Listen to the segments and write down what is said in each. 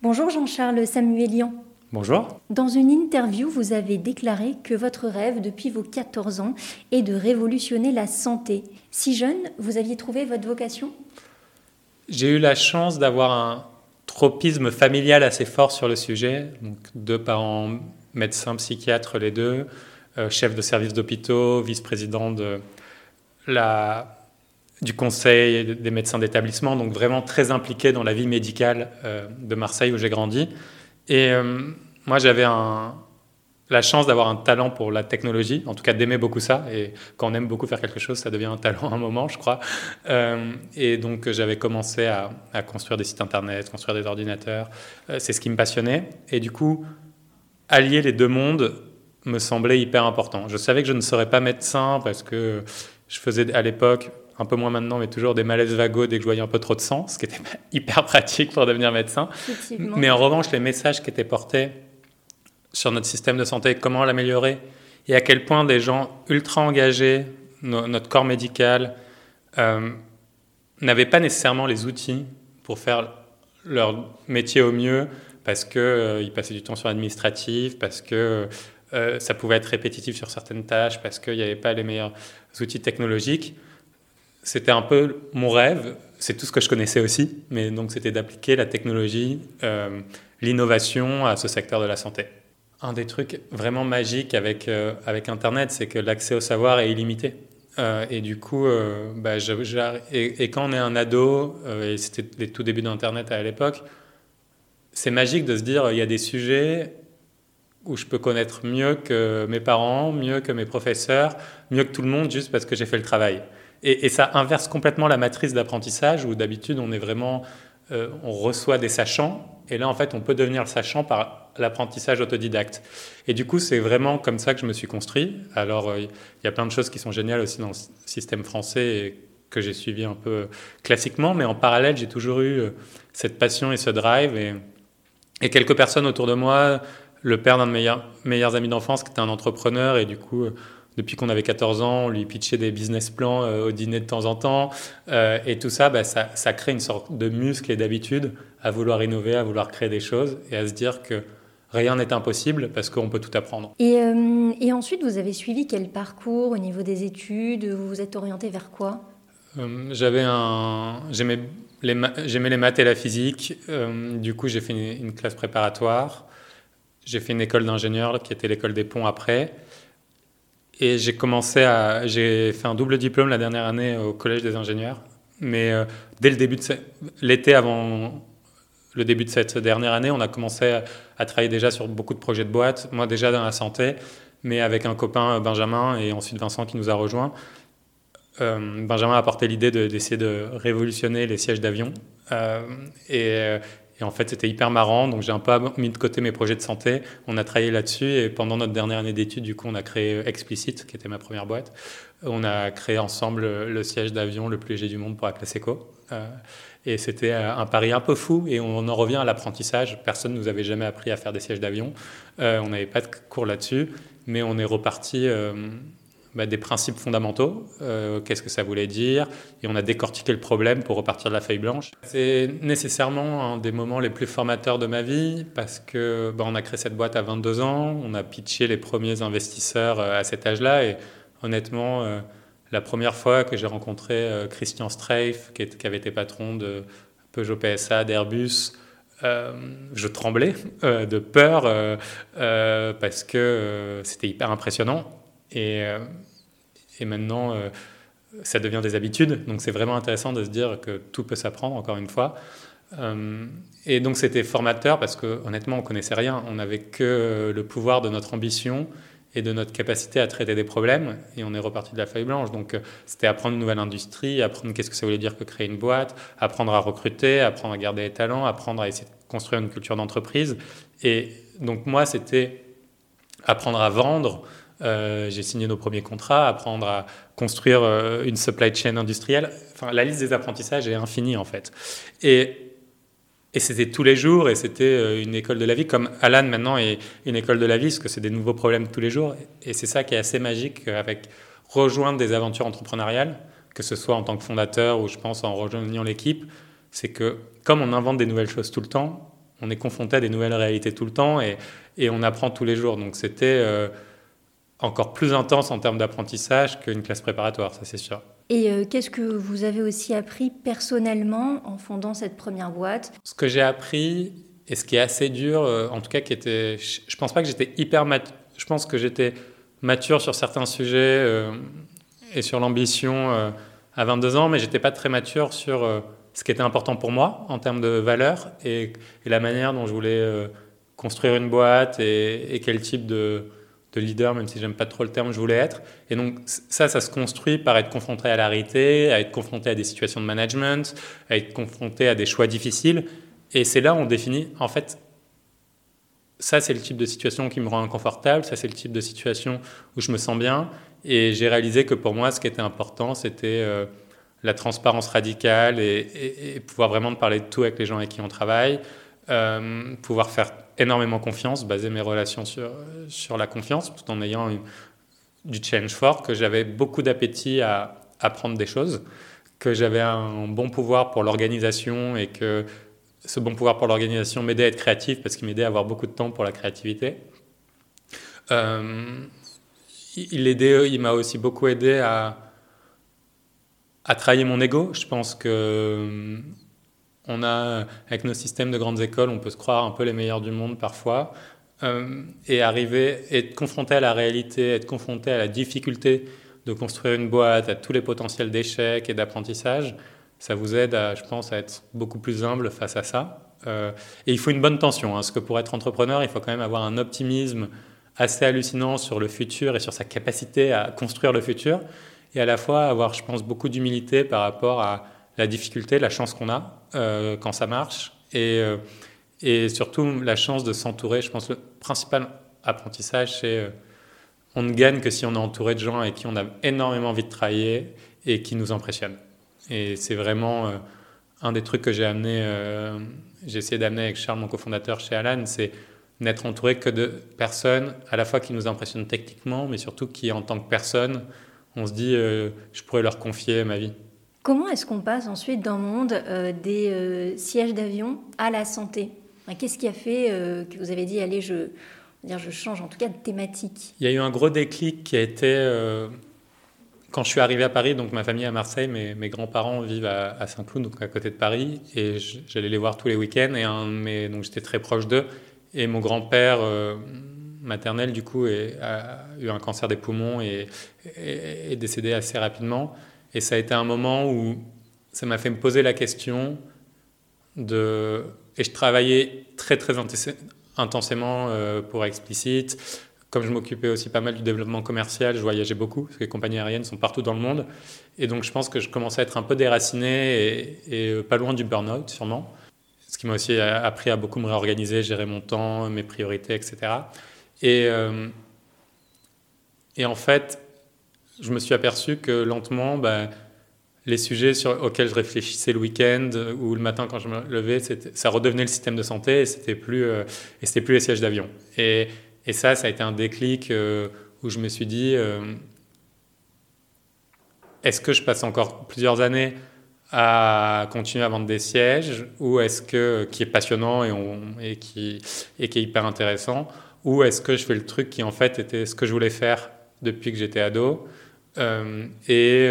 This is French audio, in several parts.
Bonjour Jean-Charles Samuelian. Bonjour. Dans une interview, vous avez déclaré que votre rêve depuis vos 14 ans est de révolutionner la santé. Si jeune, vous aviez trouvé votre vocation ? J'ai eu la chance d'avoir un tropisme familial assez fort sur le sujet. Donc, 2 parents médecins, psychiatres les deux, chef de service d'hôpitaux, vice-président du conseil des médecins d'établissement, donc vraiment très impliqué dans la vie médicale de Marseille où j'ai grandi. Et moi, j'avais la chance d'avoir un talent pour la technologie, en tout cas d'aimer beaucoup ça. Et quand on aime beaucoup faire quelque chose, ça devient un talent à un moment, je crois. Et donc, j'avais commencé à construire des sites internet, construire des ordinateurs. C'est ce qui me passionnait. Et du coup, allier les deux mondes me semblait hyper important. Je savais que je ne serais pas médecin parce que je faisais à l'époque, un peu moins maintenant, mais toujours des malaises vagos dès que je voyais un peu trop de sang, ce qui était hyper pratique pour devenir médecin. Mais en revanche, les messages qui étaient portés sur notre système de santé, comment l'améliorer, et à quel point des gens ultra engagés, notre corps médical, n'avaient pas nécessairement les outils pour faire leur métier au mieux, parce qu'ils passaient du temps sur l'administratif, parce que ça pouvait être répétitif sur certaines tâches, parce qu'il n'y avait pas les meilleurs outils technologiques. C'était un peu mon rêve, c'est tout ce que je connaissais aussi, mais donc c'était d'appliquer la technologie, l'innovation à ce secteur de la santé. Un des trucs vraiment magiques avec Internet, c'est que l'accès au savoir est illimité. Et du coup, et quand on est un ado, et c'était les tout débuts d'Internet à l'époque, c'est magique de se dire il y a des sujets où je peux connaître mieux que mes parents, mieux que mes professeurs, mieux que tout le monde, juste parce que j'ai fait le travail. Et ça inverse complètement la matrice d'apprentissage, où d'habitude on est vraiment, on reçoit des sachants, et là en fait on peut devenir le sachant par l'apprentissage autodidacte. Et du coup c'est vraiment comme ça que je me suis construit. Alors il y a plein de choses qui sont géniales aussi dans le système français et que j'ai suivi un peu classiquement, mais en parallèle j'ai toujours eu cette passion et ce drive, et quelques personnes autour de moi, le père d'un de mes meilleurs amis d'enfance qui était un entrepreneur, et du coup depuis qu'on avait 14 ans, on lui pitchait des business plans au dîner de temps en temps. Et tout ça, ça crée une sorte de muscle et d'habitude à vouloir innover, à vouloir créer des choses et à se dire que rien n'est impossible parce qu'on peut tout apprendre. Et ensuite, vous avez suivi quel parcours au niveau des études ? Vous vous êtes orienté vers quoi ? J'aimais les maths et la physique. Du coup, j'ai fait une classe préparatoire. J'ai fait une école d'ingénieur qui était l'école des ponts après. Et j'ai fait un double diplôme la dernière année au Collège des ingénieurs. Mais dès l'été avant le début de cette dernière année, on a commencé à travailler déjà sur beaucoup de projets de boîte. Moi déjà dans la santé, mais avec un copain Benjamin et ensuite Vincent qui nous a rejoints. Benjamin a apporté l'idée d'essayer de révolutionner les sièges d'avion. Et en fait, c'était hyper marrant. Donc, j'ai un peu mis de côté mes projets de santé. On a travaillé là-dessus. Et pendant notre dernière année d'études, du coup, on a créé Explicit, qui était ma première boîte. On a créé ensemble le siège d'avion le plus léger du monde pour la classe éco. Et c'était un pari un peu fou. Et on en revient à l'apprentissage. Personne ne nous avait jamais appris à faire des sièges d'avion. On n'avait pas de cours là-dessus. Mais on est reparti des principes fondamentaux, qu'est-ce que ça voulait dire, et on a décortiqué le problème pour repartir de la feuille blanche. C'est nécessairement un des moments les plus formateurs de ma vie, parce que on a créé cette boîte à 22 ans, on a pitché les premiers investisseurs à cet âge-là, et honnêtement, la première fois que j'ai rencontré Christian Streif, qui avait été patron de Peugeot PSA, d'Airbus, je tremblais de peur, parce que c'était hyper impressionnant. Et maintenant, ça devient des habitudes. Donc, c'est vraiment intéressant de se dire que tout peut s'apprendre, encore une fois. Et donc, c'était formateur parce que, honnêtement, on ne connaissait rien. On n'avait que le pouvoir de notre ambition et de notre capacité à traiter des problèmes. Et on est reparti de la feuille blanche. Donc, c'était apprendre une nouvelle industrie, apprendre qu'est-ce que ça voulait dire que créer une boîte, apprendre à recruter, apprendre à garder les talents, apprendre à essayer de construire une culture d'entreprise. Et donc, moi, c'était apprendre à vendre. J'ai signé nos premiers contrats, apprendre à construire une supply chain industrielle. Enfin, la liste des apprentissages est infinie, en fait. Et c'était tous les jours, et c'était une école de la vie, comme Alan maintenant est une école de la vie, parce que c'est des nouveaux problèmes tous les jours. Et c'est ça qui est assez magique avec rejoindre des aventures entrepreneuriales, que ce soit en tant que fondateur ou je pense en rejoignant l'équipe, c'est que comme on invente des nouvelles choses tout le temps, on est confronté à des nouvelles réalités tout le temps et on apprend tous les jours. Donc c'était encore plus intense en termes d'apprentissage qu'une classe préparatoire, ça c'est sûr. Et qu'est-ce que vous avez aussi appris personnellement en fondant cette première boîte? Ce que j'ai appris, et ce qui est assez dur, en tout cas je pense pas que j'étais je pense que j'étais mature sur certains sujets et sur l'ambition à 22 ans, mais j'étais pas très mature sur ce qui était important pour moi en termes de valeurs et la manière dont je voulais construire une boîte et quel type de leader, même si j'aime pas trop le terme, je voulais être. Et donc ça se construit par être confronté à la réalité, à être confronté à des situations de management, à être confronté à des choix difficiles. Et c'est là où on définit, en fait, ça c'est le type de situation qui me rend inconfortable, ça c'est le type de situation où je me sens bien. Et j'ai réalisé que pour moi, ce qui était important, c'était la transparence radicale et pouvoir vraiment parler de tout avec les gens avec qui on travaille, pouvoir faire énormément confiance, baser mes relations sur la confiance, tout en ayant du change fort, que j'avais beaucoup d'appétit à apprendre des choses, que j'avais un bon pouvoir pour l'organisation et que ce bon pouvoir pour l'organisation m'aidait à être créatif parce qu'il m'aidait à avoir beaucoup de temps pour la créativité. Il m'a aussi beaucoup aidé à travailler mon ego. Je pense que avec nos systèmes de grandes écoles, on peut se croire un peu les meilleurs du monde parfois, et être confronté à la réalité, être confronté à la difficulté de construire une boîte, à tous les potentiels d'échecs et d'apprentissage, ça vous aide, je pense, à être beaucoup plus humble face à ça. Et il faut une bonne tension, parce que pour être entrepreneur, il faut quand même avoir un optimisme assez hallucinant sur le futur et sur sa capacité à construire le futur, et à la fois avoir, je pense, beaucoup d'humilité par rapport à la difficulté, la chance qu'on a quand ça marche, et surtout la chance de s'entourer. Je pense que le principal apprentissage, c'est on ne gagne que si on est entouré de gens avec qui on a énormément envie de travailler et qui nous impressionnent. Et c'est vraiment un des trucs que j'ai essayé d'amener avec Charles, mon cofondateur chez Alan, c'est n'être entouré que de personnes à la fois qui nous impressionnent techniquement, mais surtout qui, en tant que personne, on se dit je pourrais leur confier ma vie. Comment est-ce qu'on passe ensuite d'un monde des sièges d'avion à la santé? Qu'est-ce qui a fait que vous avez dit, allez, je change en tout cas de thématique? Il y a eu un gros déclic qui a été quand je suis arrivé à Paris, donc ma famille est à Marseille, mes grands-parents vivent à Saint-Cloud, donc à côté de Paris, et j'allais les voir tous les week-ends, donc j'étais très proche d'eux. Et mon grand-père maternel, du coup, a eu un cancer des poumons et est décédé assez rapidement. Et ça a été un moment où ça m'a fait me poser la question et je travaillais très, très intensément pour Explicit. Comme je m'occupais aussi pas mal du développement commercial, je voyageais beaucoup, parce que les compagnies aériennes sont partout dans le monde. Et donc, je pense que je commençais à être un peu déraciné et pas loin du burn-out, sûrement. Ce qui m'a aussi appris à beaucoup me réorganiser, gérer mon temps, mes priorités, etc. Et en fait, je me suis aperçu que lentement, les sujets auxquels je réfléchissais le week-end ou le matin quand je me levais, ça redevenait le système de santé et c'était plus les sièges d'avion. Et ça a été un déclic où je me suis dit, est-ce que je passe encore plusieurs années à continuer à vendre des sièges, ou qui est passionnant et qui est hyper intéressant, ou est-ce que je fais le truc qui en fait était ce que je voulais faire depuis que j'étais ado, et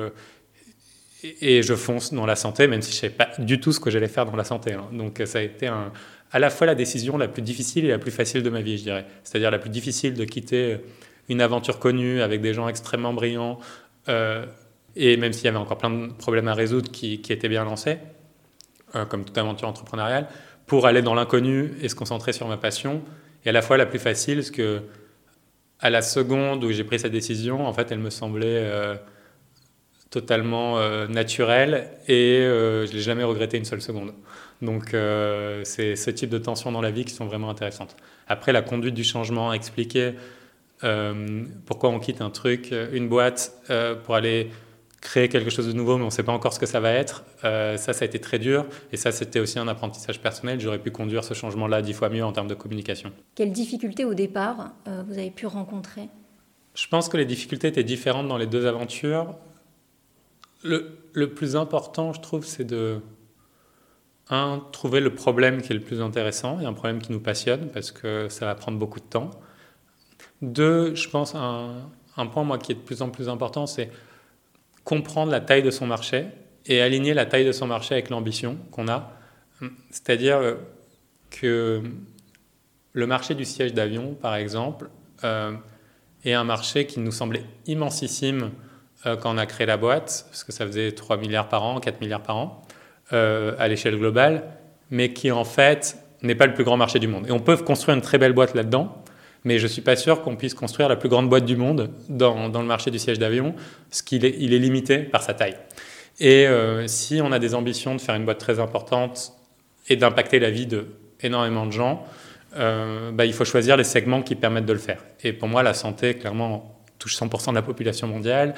je fonce dans la santé, même si je ne savais pas du tout ce que j'allais faire dans la santé. Hein. Donc ça a été à la fois la décision la plus difficile et la plus facile de ma vie, je dirais. C'est-à-dire la plus difficile de quitter une aventure connue avec des gens extrêmement brillants, et même s'il y avait encore plein de problèmes à résoudre qui étaient bien lancés, comme toute aventure entrepreneuriale, pour aller dans l'inconnu et se concentrer sur ma passion. Et à la fois la plus facile, parce que à la seconde où j'ai pris cette décision, en fait, elle me semblait totalement naturelle et je ne l'ai jamais regretté une seule seconde. Donc c'est ce type de tensions dans la vie qui sont vraiment intéressantes. Après, la conduite du changement, expliquer pourquoi on quitte un truc, une boîte, pour aller créer quelque chose de nouveau, mais on ne sait pas encore ce que ça va être. Ça a été très dur. Et ça, c'était aussi un apprentissage personnel. J'aurais pu conduire ce changement-là 10 fois mieux en termes de communication. Quelles difficultés au départ vous avez pu rencontrer? Je pense que les difficultés étaient différentes dans les deux aventures. Le plus important, je trouve, c'est de trouver le problème qui est le plus intéressant et un problème qui nous passionne parce que ça va prendre beaucoup de temps. 2, je pense, un point moi, qui est de plus en plus important, c'est comprendre la taille de son marché et aligner la taille de son marché avec l'ambition qu'on a. C'est-à-dire que le marché du siège d'avion, par exemple, est un marché qui nous semblait immensissime quand on a créé la boîte, parce que ça faisait 3 milliards par an, 4 milliards par an, à l'échelle globale, mais qui en fait n'est pas le plus grand marché du monde. Et on peut construire une très belle boîte là-dedans, mais je ne suis pas sûr qu'on puisse construire la plus grande boîte du monde dans le marché du siège d'avion, parce qu'il est limité par sa taille. Et si on a des ambitions de faire une boîte très importante et d'impacter la vie d'énormément de gens, il faut choisir les segments qui permettent de le faire. Et pour moi, la santé, clairement, touche 100% de la population mondiale.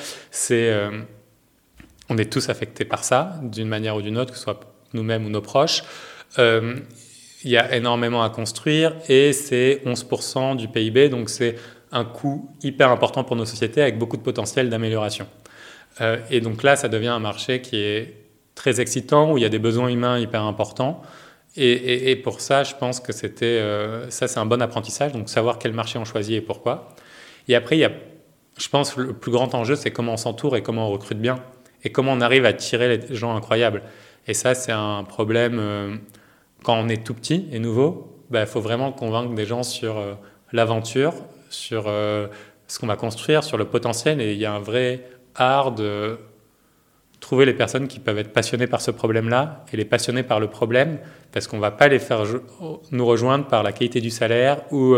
On est tous affectés par ça, d'une manière ou d'une autre, que ce soit nous-mêmes ou nos proches. Il y a énormément à construire et c'est 11% du PIB, donc c'est un coût hyper important pour nos sociétés avec beaucoup de potentiel d'amélioration. Et donc là, ça devient un marché qui est très excitant, où il y a des besoins humains hyper importants. Et pour ça, je pense que ça, c'est un bon apprentissage, donc savoir quel marché on choisit et pourquoi. Et après, je pense que le plus grand enjeu, c'est comment on s'entoure et comment on recrute bien et comment on arrive à tirer les gens incroyables. Et ça, c'est un problème quand on est tout petit et nouveau. Il faut vraiment convaincre des gens sur l'aventure, sur ce qu'on va construire, sur le potentiel. Et il y a un vrai art de trouver les personnes qui peuvent être passionnées par ce problème-là et les passionner par le problème, parce qu'on ne va pas les faire nous rejoindre par la qualité du salaire ou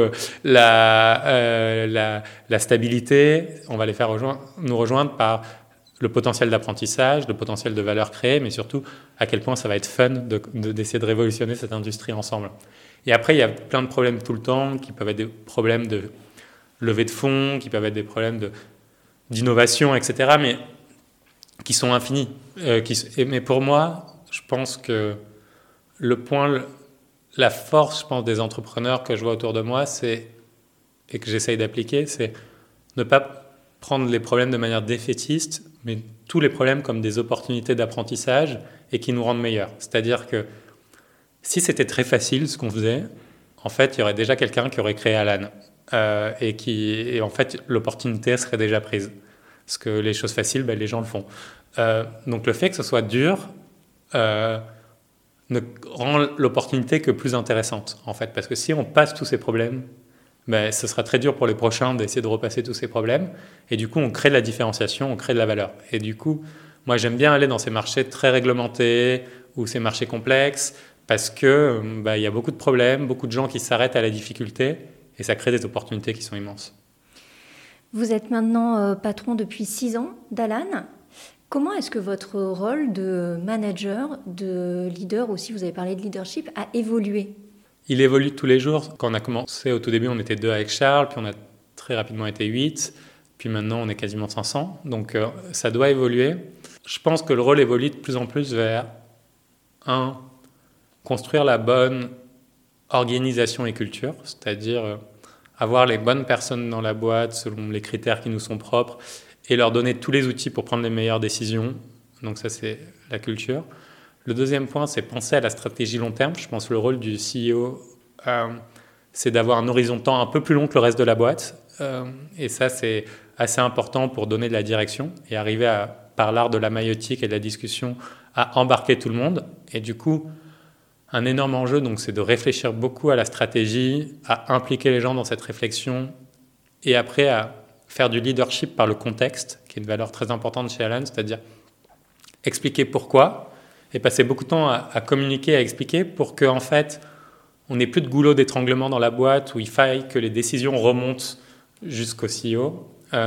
la stabilité. On va les faire nous rejoindre par le potentiel d'apprentissage, le potentiel de valeur créée, mais surtout à quel point ça va être fun d'essayer de révolutionner cette industrie ensemble. Et après, il y a plein de problèmes tout le temps, qui peuvent être des problèmes de levée de fonds, qui peuvent être des problèmes d'innovation, etc., mais qui sont infinis. Mais pour moi, je pense que la force, je pense, des entrepreneurs que je vois autour de moi, et que j'essaye d'appliquer, c'est ne pas prendre les problèmes de manière défaitiste, mais tous les problèmes comme des opportunités d'apprentissage et qui nous rendent meilleurs. C'est-à-dire que si c'était très facile ce qu'on faisait, en fait, il y aurait déjà quelqu'un qui aurait créé Alan. Et en fait, l'opportunité serait déjà prise. Parce que les choses faciles, les gens le font. Donc le fait que ce soit dur ne rend l'opportunité que plus intéressante, en fait. Parce que si on passe tous ces problèmes, ce sera très dur pour les prochains d'essayer de repasser tous ces problèmes. Et du coup, on crée de la différenciation, on crée de la valeur. Et du coup, moi, j'aime bien aller dans ces marchés très réglementés ou ces marchés complexes parce que y a beaucoup de problèmes, beaucoup de gens qui s'arrêtent à la difficulté et ça crée des opportunités qui sont immenses. Vous êtes maintenant patron depuis 6 ans d'Alan. Comment est-ce que votre rôle de manager, de leader aussi, vous avez parlé de leadership, a évolué ? Il évolue tous les jours. Quand on a commencé au tout début, on était 2 avec Charles, puis on a très rapidement été 8, puis maintenant on est quasiment 500. Donc ça doit évoluer. Je pense que le rôle évolue de plus en plus vers construire la bonne organisation et culture, c'est-à-dire avoir les bonnes personnes dans la boîte selon les critères qui nous sont propres et leur donner tous les outils pour prendre les meilleures décisions. Donc ça, c'est la culture. Le deuxième point, c'est penser à la stratégie long terme. Je pense que le rôle du CEO, c'est d'avoir un horizon de temps un peu plus long que le reste de la boîte. Et ça, c'est assez important pour donner de la direction et arriver par l'art de la maïeutique et de la discussion, à embarquer tout le monde. Et du coup, un énorme enjeu, donc, c'est de réfléchir beaucoup à la stratégie, à impliquer les gens dans cette réflexion et après à faire du leadership par le contexte, qui est une valeur très importante chez Alan, c'est-à-dire expliquer pourquoi et passer beaucoup de temps à communiquer, à expliquer pour qu'en fait, on n'ait plus de goulot d'étranglement dans la boîte où il faille que les décisions remontent jusqu'au CEO,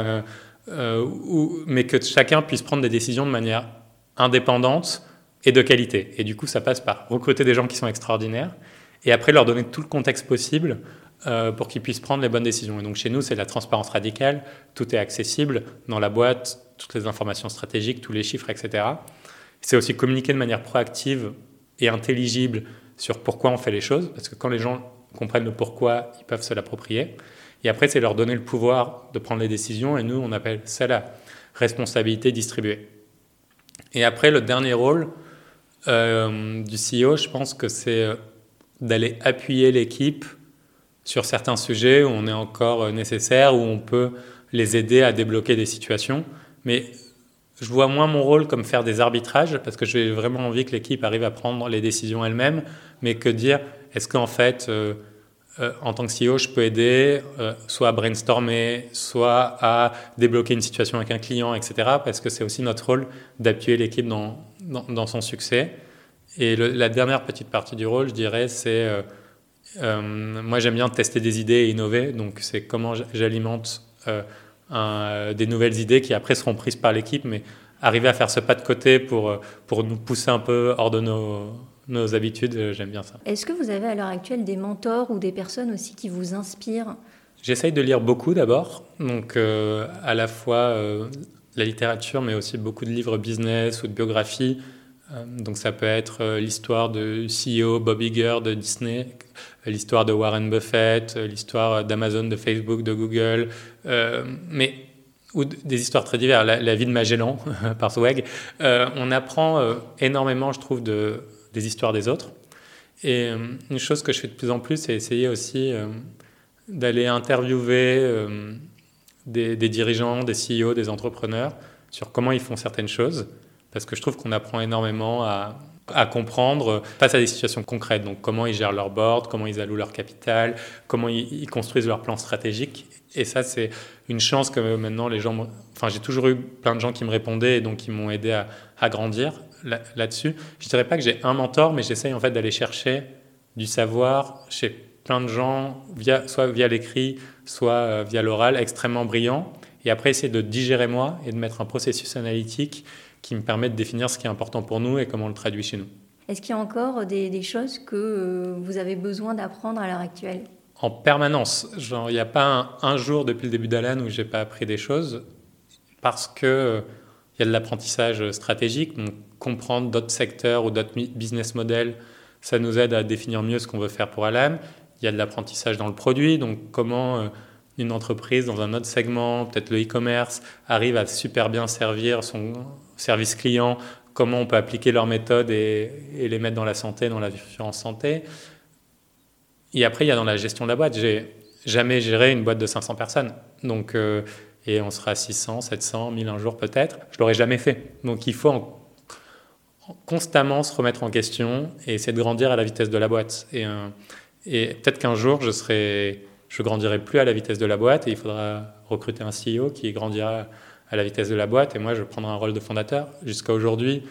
mais que chacun puisse prendre des décisions de manière indépendante et de qualité. Et du coup, ça passe par recruter des gens qui sont extraordinaires et après leur donner tout le contexte possible pour qu'ils puissent prendre les bonnes décisions. Et donc chez nous, c'est la transparence radicale, tout est accessible dans la boîte, toutes les informations stratégiques, tous les chiffres, etc. C'est aussi communiquer de manière proactive et intelligible sur pourquoi on fait les choses, parce que quand les gens comprennent le pourquoi, ils peuvent se l'approprier. Et après, c'est leur donner le pouvoir de prendre les décisions, et nous, on appelle ça la responsabilité distribuée. Et après, le dernier rôle, Du CEO, je pense que c'est d'aller appuyer l'équipe sur certains sujets où on est encore nécessaire, où on peut les aider à débloquer des situations. Mais je vois moins mon rôle comme faire des arbitrages, parce que j'ai vraiment envie que l'équipe arrive à prendre les décisions elle-même, mais que dire, est-ce qu'en fait, en tant que CEO, je peux aider, soit à brainstormer, soit à débloquer une situation avec un client, etc. Parce que c'est aussi notre rôle d'appuyer l'équipe dans son succès. Et la dernière petite partie du rôle, je dirais, c'est... moi, j'aime bien tester des idées et innover. Donc, c'est comment j'alimente des nouvelles idées qui après seront prises par l'équipe, mais arriver à faire ce pas de côté pour nous pousser un peu hors de nos habitudes, j'aime bien ça. Est-ce que vous avez à l'heure actuelle des mentors ou des personnes aussi qui vous inspirent? J'essaye de lire beaucoup d'abord, donc à la fois la littérature, mais aussi beaucoup de livres business ou de biographie. Donc ça peut être l'histoire de CEO Bob Iger de Disney, l'histoire de Warren Buffett, l'histoire d'Amazon, de Facebook, de Google, ou des histoires très diverses, la vie de Magellan par Swag. On apprend énormément, je trouve, des histoires des autres. Et une chose que je fais de plus en plus, c'est essayer aussi d'aller interviewer des dirigeants, des CEO, des entrepreneurs sur comment ils font certaines choses, parce que je trouve qu'on apprend énormément à comprendre face à des situations concrètes. Donc comment ils gèrent leur board, comment ils allouent leur capital, comment ils construisent leur plan stratégique. Et ça, c'est une chance que maintenant les gens... Enfin, j'ai toujours eu plein de gens qui me répondaient et donc qui m'ont aidé à grandir là-dessus. Je ne dirais pas que j'ai un mentor, mais j'essaye en fait d'aller chercher du savoir chez plein de gens, soit via l'écrit, soit via l'oral, extrêmement brillants. Et après, essayer de digérer moi et de mettre un processus analytique qui me permet de définir ce qui est important pour nous et comment on le traduit chez nous. Est-ce qu'il y a encore des choses que vous avez besoin d'apprendre à l'heure actuelle? En permanence. Genre, il n'y a pas un jour depuis le début d'Alan où je n'ai pas appris des choses parce qu'il y a de l'apprentissage stratégique. Donc, comprendre d'autres secteurs ou d'autres business models, ça nous aide à définir mieux ce qu'on veut faire pour Alan. Il y a de l'apprentissage dans le produit. Donc, comment une entreprise dans un autre segment, peut-être le e-commerce, arrive à super bien servir son service client, comment on peut appliquer leurs méthodes et les mettre dans la santé, dans l'assurance santé. Et après, il y a dans la gestion de la boîte. J'ai jamais géré une boîte de 500 personnes. Donc, et on sera 600, 700, 1000 un jour peut-être. Je ne l'aurais jamais fait. Donc, il faut constamment se remettre en question et essayer de grandir à la vitesse de la boîte. Et peut-être qu'un jour, je grandirai plus à la vitesse de la boîte et il faudra recruter un CEO qui grandira à la vitesse de la boîte et moi, je prendrai un rôle de fondateur. Jusqu'à aujourd'hui,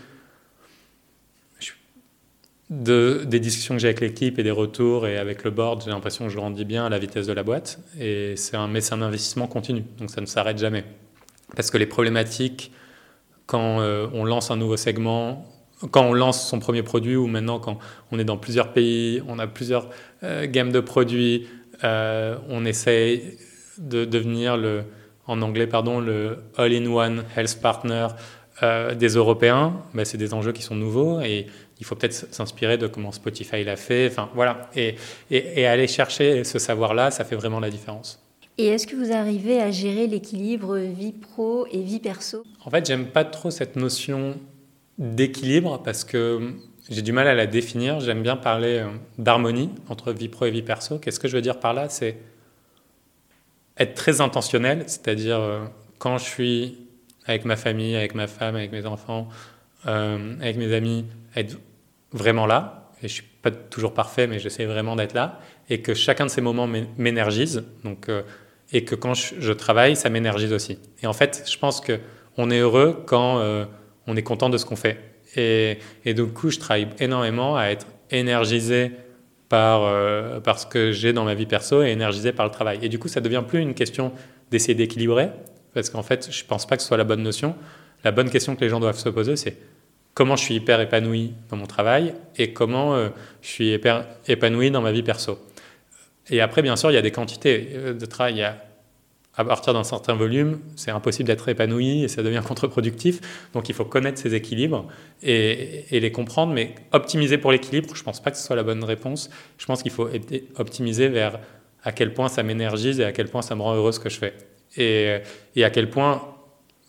des discussions que j'ai avec l'équipe et des retours et avec le board, j'ai l'impression que je grandis bien à la vitesse de la boîte. Mais c'est un investissement continu, donc ça ne s'arrête jamais. Parce que les problématiques, quand on lance un nouveau segment, quand on lance son premier produit ou maintenant quand on est dans plusieurs pays, on a plusieurs gammes de produits, on essaye de devenir en anglais, le all-in-one health partner des Européens. Ben, c'est des enjeux qui sont nouveaux et il faut peut-être s'inspirer de comment Spotify l'a fait. Enfin, voilà. Et aller chercher ce savoir-là, ça fait vraiment la différence. Et est-ce que vous arrivez à gérer l'équilibre vie pro et vie perso? En fait, j'aime pas trop cette notion d'équilibre parce que j'ai du mal à la définir. J'aime bien parler d'harmonie entre vie pro et vie perso. Qu'est-ce que je veux dire par là? C'est être très intentionnel, c'est-à-dire quand je suis avec ma famille, avec ma femme, avec mes enfants, avec mes amis, être vraiment là. Et je suis pas toujours parfait, mais j'essaie vraiment d'être là. Et que chacun de ces moments m'énergise. Donc, et que quand je travaille, ça m'énergise aussi. Et en fait, je pense qu'on est heureux quand on est content de ce qu'on fait. Et du coup, je travaille énormément à être énergisé par ce que j'ai dans ma vie perso et énergisé par le travail. Et du coup, ça ne devient plus une question d'essayer d'équilibrer, parce qu'en fait, je ne pense pas que ce soit la bonne notion. La bonne question que les gens doivent se poser, c'est comment je suis hyper épanoui dans mon travail et comment je suis hyper épanoui dans ma vie perso. Et après, bien sûr, il y a des quantités de travail. À partir d'un certain volume, c'est impossible d'être épanoui et ça devient contre-productif. Donc, il faut connaître ces équilibres et les comprendre. Mais optimiser pour l'équilibre, je ne pense pas que ce soit la bonne réponse. Je pense qu'il faut optimiser vers à quel point ça m'énergise et à quel point ça me rend heureux ce que je fais. Et à quel point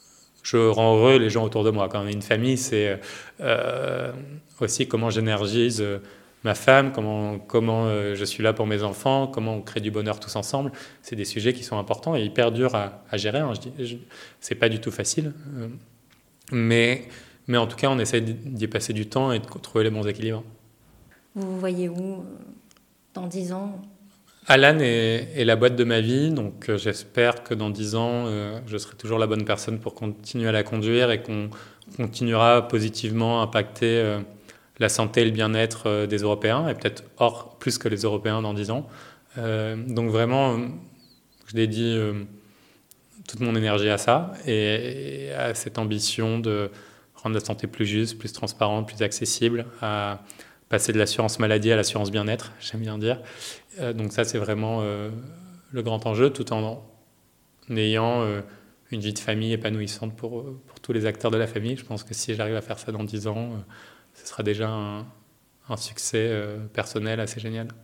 je rends heureux les gens autour de moi. Quand on est une famille, c'est aussi comment j'énergise ma femme, comment je suis là pour mes enfants, comment on crée du bonheur tous ensemble. C'est des sujets qui sont importants et hyper durs à gérer. Hein. C'est pas du tout facile. Mais en tout cas, on essaie d'y passer du temps et de trouver les bons équilibres. Vous vous voyez où dans 10 ans? Alan est la boîte de ma vie, donc j'espère que dans 10 ans, je serai toujours la bonne personne pour continuer à la conduire et qu'on continuera positivement à impacter la santé et le bien-être des Européens, et peut-être plus que les Européens dans 10 ans. Donc vraiment, je dédie toute mon énergie à ça et à cette ambition de rendre la santé plus juste, plus transparente, plus accessible, à passer de l'assurance maladie à l'assurance bien-être, j'aime bien dire. Donc ça, c'est vraiment le grand enjeu, tout en ayant une vie de famille épanouissante pour tous les acteurs de la famille. Je pense que si j'arrive à faire ça dans 10 ans, ce sera déjà un succès personnel assez génial.